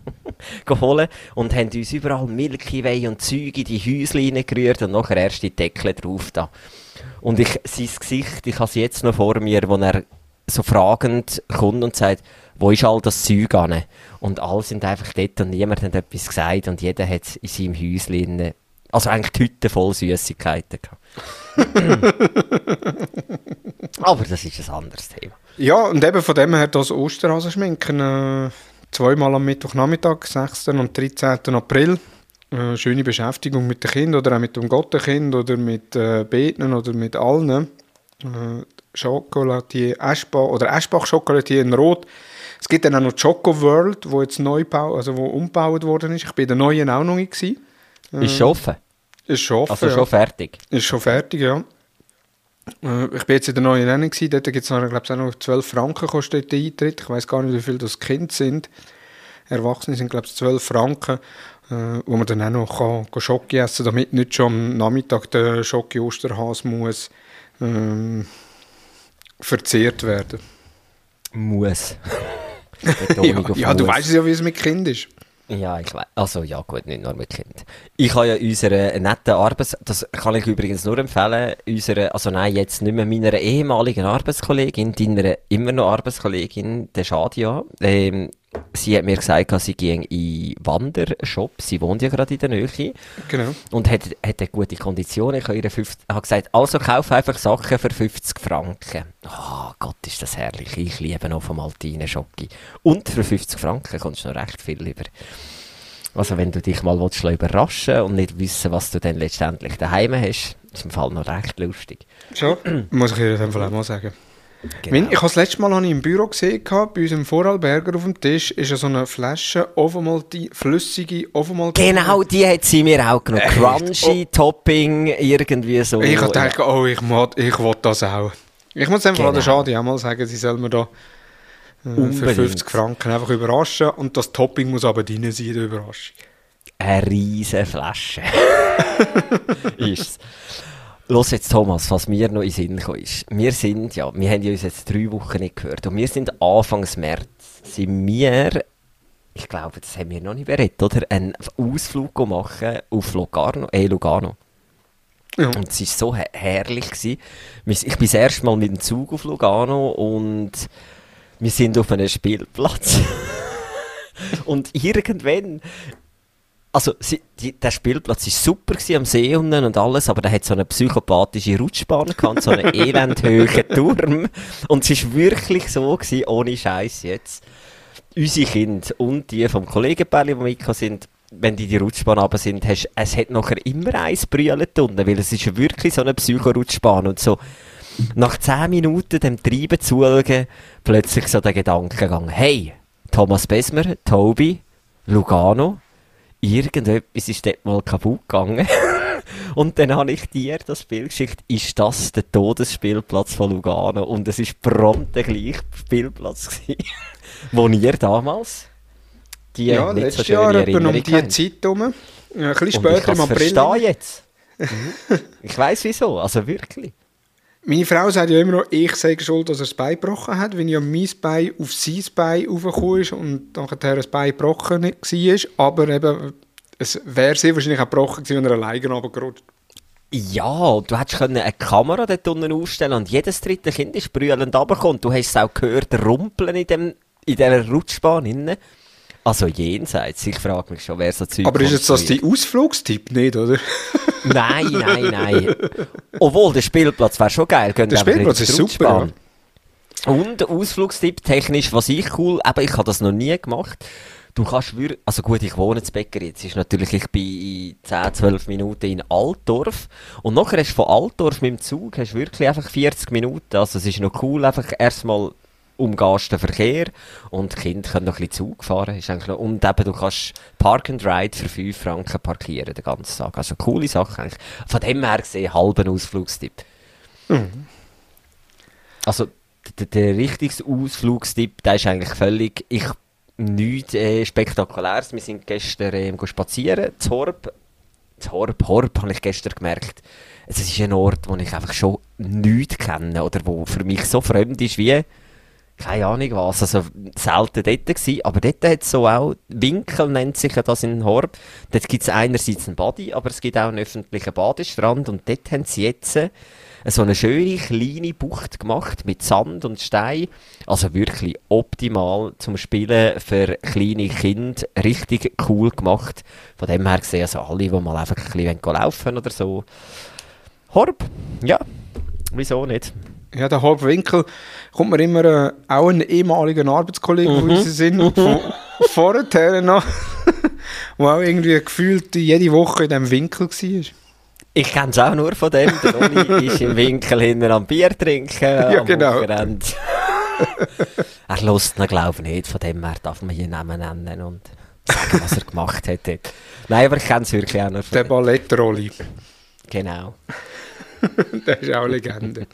geholt und haben uns überall Milky Way und Zeug in die Häusli reingerührt und nachher erst die Deckel drauf da. Und ich, sein Gesicht, ich habe es jetzt noch vor mir, wo er so fragend kommt und sagt, wo ist all das Zeug an? Und alle sind einfach dort und niemand hat etwas gesagt und jeder hat in seinem Häusli Also eigentlich die Hütte voll Süßigkeiten gehabt. Aber das ist ein anderes Thema. Ja, und eben von dem her das Osterhasenschminken. Äh, zweimal am Mittwochnachmittag, sechsten und dreizehnten April. Äh, schöne Beschäftigung mit den Kindern oder auch mit dem Gottenkind oder mit äh, Beten oder mit allen. Äh, Chocolatier Eschbach oder Eschbach Chocolatier in Rot. Es gibt dann auch noch Choco World, wo jetzt neu bau, also wo umgebaut worden ist. Ich bin in der neuen auch noch nicht gewesen. Äh, Ist schon offen? Ist schon offen, Also ja. schon fertig? Ist schon fertig, ja. Äh, ich bin jetzt in der neuen Nennung gewesen. Dort gibt es noch, glaube ich, auch noch zwölf Franken kostet der Eintritt. Ich weiß gar nicht, wie viel das Kind sind. Erwachsene sind, glaube ich, zwölf Franken, äh, wo man dann auch noch kann, kann Schoki essen kann, damit nicht schon am Nachmittag der Schoki-Osterhase muss ähm, verzehrt werden. Muss. Ja, ja, du weißt ja, wie es mit Kind ist. Ja, ich weiß. Also ja, gut, nicht nur mit Kind. Ich habe ja unsere netten Arbeits... Das kann ich übrigens nur empfehlen. Unsere, also nein, jetzt nicht mehr meiner ehemaligen Arbeitskollegin, deiner immer noch Arbeitskollegin, der Shadia. Ähm, sie hat mir gesagt, sie ging in Wandershop. Sie wohnt ja gerade in der Nähe. Genau. Und hat, hat eine gute Kondition. Ich habe ihr fünfzig, habe gesagt, also kauf einfach Sachen für fünfzig Franken. Oh Gott, ist das herrlich. Ich liebe noch vom Altine Schoki. Und für fünfzig Franken kommst du noch recht viel über. Also wenn du dich mal willst, überraschen und nicht wissen, was du dann letztendlich daheim hast, ist im Fall noch recht lustig. Schon, muss ich dir in dem Fall auch mal sagen. Genau. Mein, ich habe das letzte Mal habe ich im Büro gesehen, gehabt, bei unserem Vorarlberger auf dem Tisch ist ja so eine Flasche Ovomaltine, flüssige Ovomaltine. Genau, die hat sie mir auch genommen. Echt? Crunchy, Oh. Topping, irgendwie so. Ich habe gedacht, oh, ich, mag, ich will das auch. Ich muss einfach Genau. an der Schade auch mal sagen, sie soll mir da äh, für Unbedingt. fünfzig Franken einfach überraschen und das Topping muss aber drin sein, die Überraschung. Eine riesige Flasche. Ist's. Los jetzt, Thomas, was mir noch in den Sinn kam, ist, wir sind ja, wir haben ja uns jetzt drei Wochen nicht gehört und wir sind Anfangs März, sind wir, ich glaube, das haben wir noch nicht bereit, oder? Einen Ausflug machen auf Lugano, eh Lugano. Ja. Und es war so her- herrlich gewesen. Wir- Ich bin das erste Mal mit dem Zug auf Lugano und wir sind auf einem Spielplatz. Und irgendwann, also sie, die, der Spielplatz war super gewesen, am See unten und alles, aber der hat so eine psychopathische Rutschbahn gehabt, so einen elendhohen Turm. Und es war wirklich so gewesen, ohne Scheiß jetzt. Unsere Kinder und die vom Kollegenpärli, die mitgekommen sind, wenn die die Rutschbahn runter sind, hast, es hat nachher immer eins brüllen unten, weil es ist wirklich so eine Psycho-Rutschbahn und so. Nach zehn Minuten dem Treiben zuschauen, plötzlich so der Gedankengang, hey, Thomas Besmer, Tobi, Lugano, irgendetwas ist dort mal kaputt gegangen. Und dann habe ich dir das Bild geschickt, ist das der Todesspielplatz von Lugano? Und es war prompt der gleiche Spielplatz gewesen, wo ihr damals die Ja, nicht letztes so Jahr schöne etwa um Erinnerung die habt. Zeit herum. Ein bisschen Und ich später im kann es April. verstehen jetzt. Ich weiss wieso, also wirklich. Meine Frau sagt ja immer noch, ich sei schuld, dass er das Bein gebrochen hat, wenn ja mein Bein auf sein Bein raufgekommen ist und nachher das Bein gebrochen war. Aber eben, es wäre sehr wahrscheinlich auch gebrochen gewesen, wenn er alleine runtergerutscht. Ja, und du hättest können eine Kamera dort unten aufstellen und jedes dritte Kind ist brüllend runtergekommen. Du hast es auch gehört, rumpeln in, dem, in dieser Rutschbahn innen. Also jenseits, ich frage mich schon, wer so Zeug Aber ist jetzt das konstruiert. dein Ausflugstipp nicht, oder? Nein, nein, nein. Obwohl, der Spielplatz wäre schon geil. Gehen Der einfach Spielplatz in die ist super, Rutschbahn. Und Ausflugstipp technisch, was ich cool, aber ich habe das noch nie gemacht. Du kannst wirklich, also gut, ich wohne in Becker jetzt, ist natürlich, ich bin in zehn, zwölf Minuten in Altdorf. Und nachher hast du von Altdorf mit dem Zug, hast du wirklich einfach vierzig Minuten. Also es ist noch cool, einfach erstmal umgehst den Verkehr und die Kinder können noch ein bisschen Zug fahren. Ist eigentlich noch, und eben, du kannst Park and Ride für fünf Franken parkieren den ganzen Tag. Also coole Sache eigentlich. Von dem her gesehen, halben Ausflugstipp. Mhm. Also der, der richtige Ausflugstipp, der ist eigentlich völlig, ich, nichts äh, Spektakuläres. Wir sind gestern ähm, spazieren, zu Horb. Zu Horb, Horb habe ich gestern gemerkt. Es ist ein Ort, wo ich einfach schon nichts kenne oder wo für mich so fremd ist wie keine Ahnung was, also selten dort gewesen, aber dort hat es so auch, Winkel nennt sich ja das in Horb, dort gibt es einerseits einen Body, aber es gibt auch einen öffentlichen Badestrand und dort haben sie jetzt äh, so eine schöne kleine Bucht gemacht mit Sand und Stein, also wirklich optimal zum Spielen für kleine Kinder, richtig cool gemacht, von dem her gesehen, also alle, die mal einfach ein bisschen laufen oder so. Horb, ja, wieso nicht? Ja, der Horb Winkel kommt mir immer äh, auch ein ehemaliger Arbeitskollege, mhm. wo sie sind, von vorher noch, der auch irgendwie gefühlt jede Woche in diesem Winkel war. Ich kenne es auch nur von dem. Der Oli ist im Winkel hinten am Bier trinken. Ja, am genau. Wochenende. Er lässt ihn, glaube ich, nicht. Von dem her darf man hier Namen nennen und sagen, was er gemacht hat. Dort. Nein, aber ich kenne es wirklich auch nur von der dem. Der Ballett-Rolli. Genau. Der ist auch eine Legende.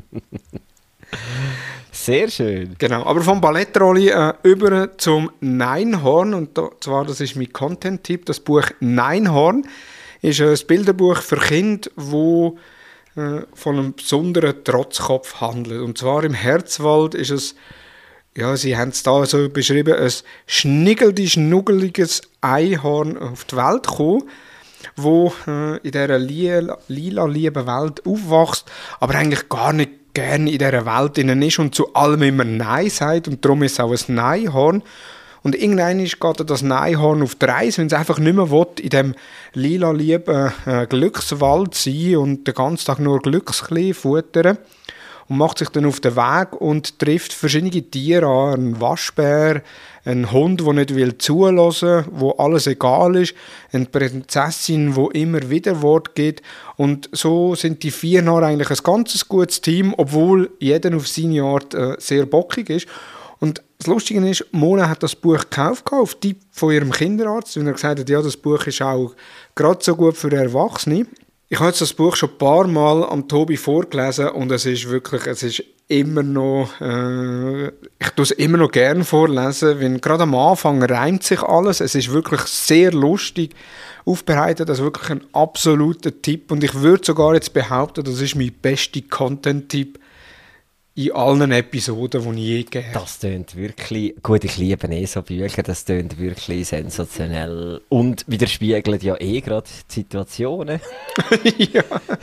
Sehr schön. Genau, aber vom Ballettrolli äh, über zum Neinhorn. Und da, zwar, das ist mein Content-Tipp, das Buch Neinhorn ist ein Bilderbuch für Kinder, das äh, von einem besonderen Trotzkopf handelt. Und zwar im Herzwald ist es, ja, sie haben es da so beschrieben, ein schniggeldi, schnuggeliges Einhorn auf die Welt gekommen, wo äh, in dieser lila, lila lieben Welt aufwächst, aber eigentlich gar nicht gerne in dieser Welt innen ist und zu allem immer Nein sagt. Und darum ist es auch ein Neinhorn. Und irgendwann geht das Neinhorn auf die Reise, wenn es einfach nicht mehr will, in diesem lila lieben äh, Glückswald sein und den ganzen Tag nur Glücksklee futtern. Und macht sich dann auf den Weg und trifft verschiedene Tiere an. Einen Waschbär, einen Hund, der nicht will zuhören, wo alles egal ist, eine Prinzessin, die immer wieder Wort gibt. Und so sind die vier Jahre eigentlich ein ganz gutes Team, obwohl jeder auf seine Art äh, sehr bockig ist. Und das Lustige ist, Mona hat das Buch gekauft, auf Tipp von ihrem Kinderarzt, und er gesagt hat, ja, das Buch ist auch gerade so gut für Erwachsene. Ich habe jetzt das Buch schon ein paar Mal am Tobi vorgelesen und es ist wirklich, es ist immer noch, äh, ich tue es immer noch gerne vorlesen, weil gerade am Anfang reimt sich alles, es ist wirklich sehr lustig aufbereitet, also wirklich ein absoluter Tipp und ich würde sogar jetzt behaupten, das ist mein bester Content-Tipp in allen Episoden, die ich je gegeben habe. Das tönt wirklich, gut, ich liebe eh so Bücher, das tönt wirklich sensationell und widerspiegelt ja eh gerade die Situationen. Ja.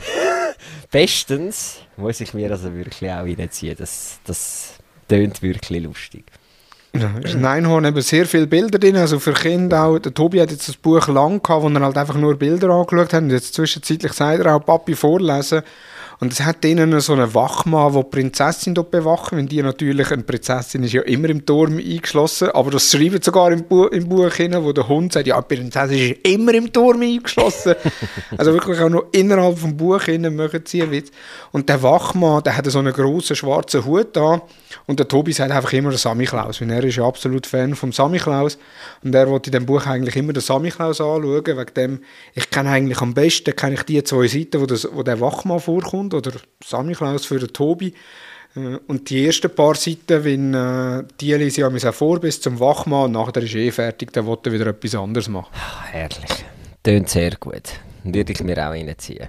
Bestens muss ich mir also wirklich auch reinziehen, das, das tönt wirklich lustig. Ja, Nein, haben eben sehr viele Bilder drin, also für Kinder auch. Der Tobi hat jetzt das Buch lang gehabt, wo er halt einfach nur Bilder angeschaut hat und jetzt zwischenzeitlich sagt er auch, Papi, vorlesen. Und es hat denen so einen Wachmann, der die Prinzessin dort bewachen, weil die natürlich, eine Prinzessin ist ja immer im Turm eingeschlossen, aber das schreibt sogar im, Bu- im Buch hin, wo der Hund sagt, ja, die Prinzessin ist immer im Turm eingeschlossen. Also wirklich auch noch innerhalb vom Buch hin machen sie einen Witz. Und der Wachmann, der hat so einen grossen schwarzen Hut an und der Tobi sagt einfach immer der Samichlaus, weil er ist ja absolut Fan vom Samichlaus und er wollte in dem Buch eigentlich immer den Samichlaus anschauen, wegen dem, ich kenne eigentlich am besten, kenne ich die zwei Seiten, wo, das, wo der Wachmann vorkommt, oder Samichlaus für den Tobi. Und die ersten paar Seiten, wenn äh, die lese ich auch vor bis zum Wachmann und nachher ist eh fertig, dann will er wieder etwas anderes machen. Ach, herrlich. Tönt sehr gut. Würde ich mir auch reinziehen.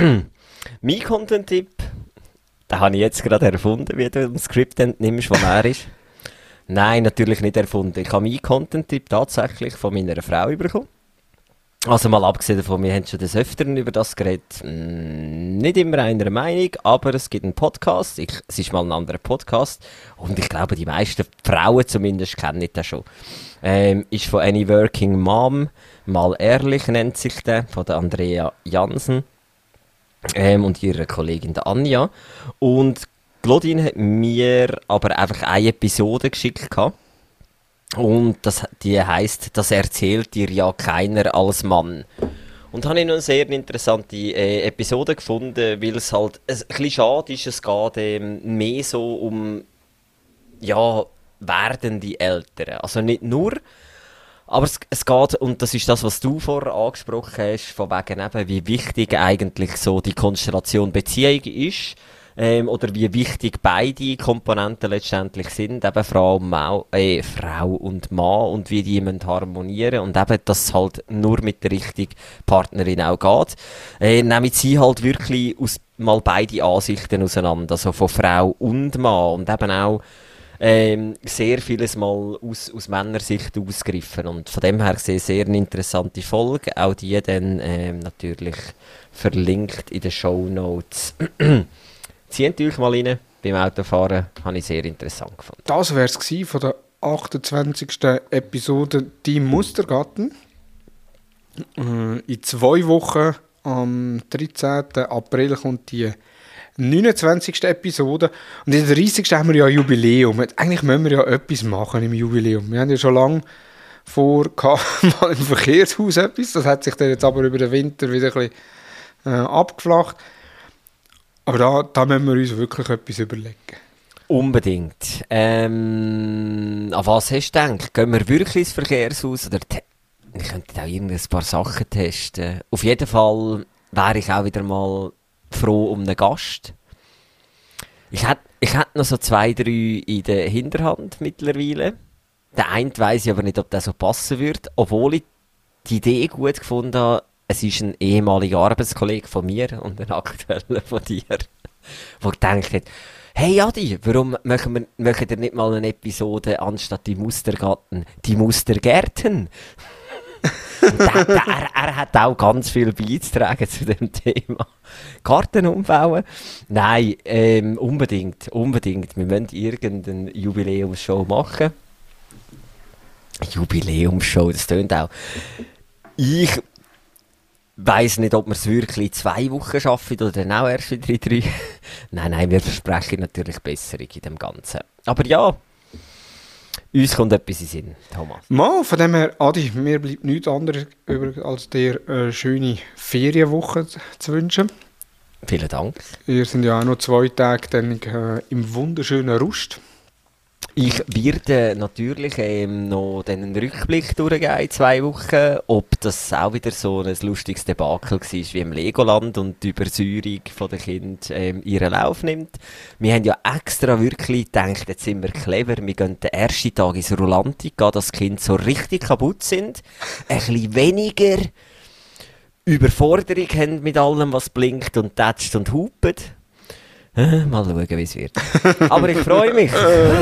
Mein Content-Tipp, den habe ich jetzt gerade erfunden, wie du das Skript entnimmst, wo er ist. Nein, natürlich nicht erfunden. Ich habe meinen Content-Tipp tatsächlich von meiner Frau bekommen. Also mal abgesehen davon, wir haben schon des Öfteren über das geredet, nicht immer einer Meinung, aber es gibt einen Podcast, ich, es ist mal ein anderer Podcast und ich glaube, die meisten Frauen zumindest kennen das schon. Ähm, ist von Any Working Mom, mal ehrlich nennt sich der, von der Andrea Jansen ähm, und ihrer Kollegin der Anja. Und Claudine hat mir aber einfach eine Episode geschickt gehabt. Und das, die heisst, das erzählt dir ja keiner als Mann. Und da habe ich noch eine sehr interessante äh, Episode gefunden, weil es halt ein bisschen schade ist, es geht ähm, mehr so um ja, werdende Eltern. Also nicht nur, aber es, es geht, und das ist das, was du vorher angesprochen hast, von wegen eben, wie wichtig eigentlich so die Konstellation Beziehung ist. Ähm, oder wie wichtig beide Komponenten letztendlich sind, eben Frau und, Mau, äh, Frau und Mann und wie die müssen harmonieren und eben, dass es halt nur mit der richtigen Partnerin auch geht. Äh, nehmen sie halt wirklich aus, mal beide Ansichten auseinander, also von Frau und Mann und eben auch ähm, sehr vieles mal aus, aus Männersicht ausgegriffen. Und von dem her gesehen sehr eine interessante Folge. Auch die dann ähm, natürlich verlinkt in den Shownotes. Zieht euch mal rein. Beim Autofahren habe ich sehr interessant gefunden. Das wäre es von der achtundzwanzigsten Episode «Team Mustergarten». Äh, in zwei Wochen, am dreizehnten April, kommt die neunundzwanzigste Episode. Und in der dreißigsten haben wir ja ein Jubiläum. Eigentlich müssen wir ja etwas machen im Jubiläum. Wir haben ja schon lange vor, mal im Verkehrshaus etwas. Das hat sich dann jetzt aber über den Winter wieder ein bisschen äh, abgeflacht. Aber da, da müssen wir uns wirklich etwas überlegen. Unbedingt. Ähm, an was hast du gedacht? Gehen wir wirklich ins Verkehrshaus? Oder te- ich könnte auch irgendein paar Sachen testen. Auf jeden Fall wäre ich auch wieder mal froh um einen Gast. Ich hätte ich hätt noch so zwei, drei in der Hinterhand mittlerweile. Der eine weiss ich aber nicht, ob der so passen würde. Obwohl ich die Idee gut gefunden habe, es ist ein ehemaliger Arbeitskollege von mir und ein aktueller von dir, der gedacht hat, hey Adi, warum machen wir, machen wir nicht mal eine Episode anstatt die Mustergarten, die Mustergärten? der, der, er, er hat auch ganz viel beizutragen zu dem Thema. Garten umbauen? Nein, ähm, unbedingt, unbedingt. Wir müssen irgendeine Jubiläumsshow machen. Jubiläumsshow, das tönt auch. Ich weiss nicht, ob wir es wirklich in zwei Wochen schaffen oder dann auch erst wieder in drei. nein, nein, wir versprechen natürlich Besserung in dem Ganzen. Aber ja, uns kommt etwas in den Sinn, Thomas. Mal, von dem her, Adi, mir bleibt nichts anderes über, als dir eine schöne Ferienwoche zu wünschen. Vielen Dank. Wir sind ja auch noch zwei Tage dann, äh, im wunderschönen Rust. Ich werde natürlich ähm, noch einen Rückblick durchgehen in zwei Wochen, ob das auch wieder so ein lustiges Debakel war wie im Legoland und die Übersäuerung der Kinder ähm, ihren Lauf nimmt. Wir haben ja extra wirklich gedacht, jetzt sind wir clever, wir gehen den ersten Tag ins Rolantik, dass das Kind so richtig kaputt sind, ein bisschen weniger Überforderung haben mit allem, was blinkt und tätscht und hupet. Mal schauen, wie es wird. Aber ich freue mich.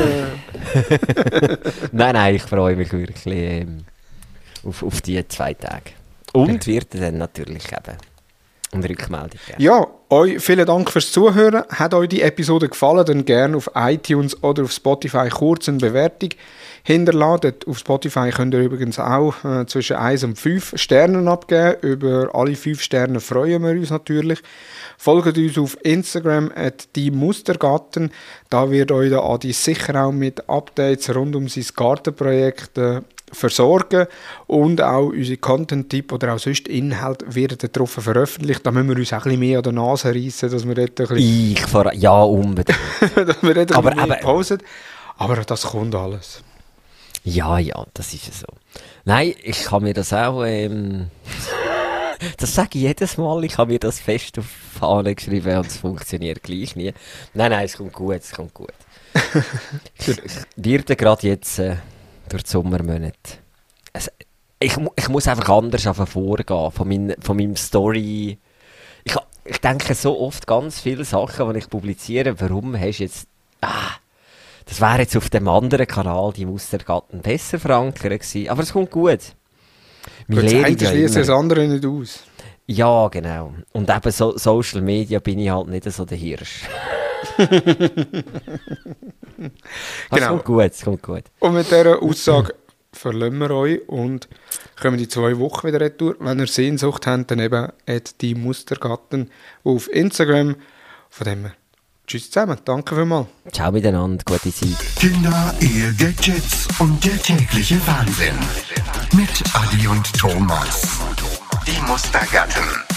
nein, nein, ich freue mich wirklich ähm, auf, auf die zwei Tage. Und wird dann natürlich eben eine Rückmeldung geben. Ja, euch vielen Dank fürs Zuhören. Hat euch die Episode gefallen, dann gerne auf iTunes oder auf Spotify kurz eine Bewertung hinterladen. Auf Spotify könnt ihr übrigens auch äh, zwischen eins und fünf Sternen abgeben. Über alle fünf Sterne freuen wir uns natürlich. Folgt uns auf Instagram at die Mustergarten. Da wird euch der Adi sicher auch mit Updates rund um sein Gartenprojekt äh, versorgen. Und auch unsere Content-Tipp oder auch sonst Inhalte werden darauf veröffentlicht. Da müssen wir uns auch ein bisschen mehr an der Nase reissen, dass wir dort ein bisschen... Ich vor, ja, unbedingt. dass wir dort ein aber, bisschen mehr aber, posen. Aber das kommt alles. Ja, ja, das ist so. Nein, ich kann mir das auch... Ähm Das sage ich jedes Mal, ich habe mir das fest auf die Fahne geschrieben und es funktioniert gleich nie. Nein, nein, es kommt gut, es kommt gut. ich, ich werde gerade jetzt äh, durch die Sommermonate. Es, ich, ich muss einfach anders vorgehen von, mein, von meinem Story. Ich, ich denke so oft ganz viele Sachen, die ich publiziere. Warum hast du jetzt... Ah, das wäre jetzt auf dem anderen Kanal, die Mustergarten, besser verankert gewesen. Aber es kommt gut. Wir das eine schließt das andere nicht aus. Ja, genau. Und eben so, Social Media bin ich halt nicht so der Hirsch. Das genau. kommt gut, es kommt gut. Und mit dieser Aussage verlassen wir euch und kommen in zwei Wochen wieder retour. Wenn ihr Sehnsucht habt, dann eben at die Mustergarten auf Instagram. Von dem her, tschüss zusammen, danke vielmals. Ciao miteinander, gute Zeit. Kinder, Ehe, Gadgets und der tägliche Wahnsinn. Mit Adi und Thomas. Die Mustergatten.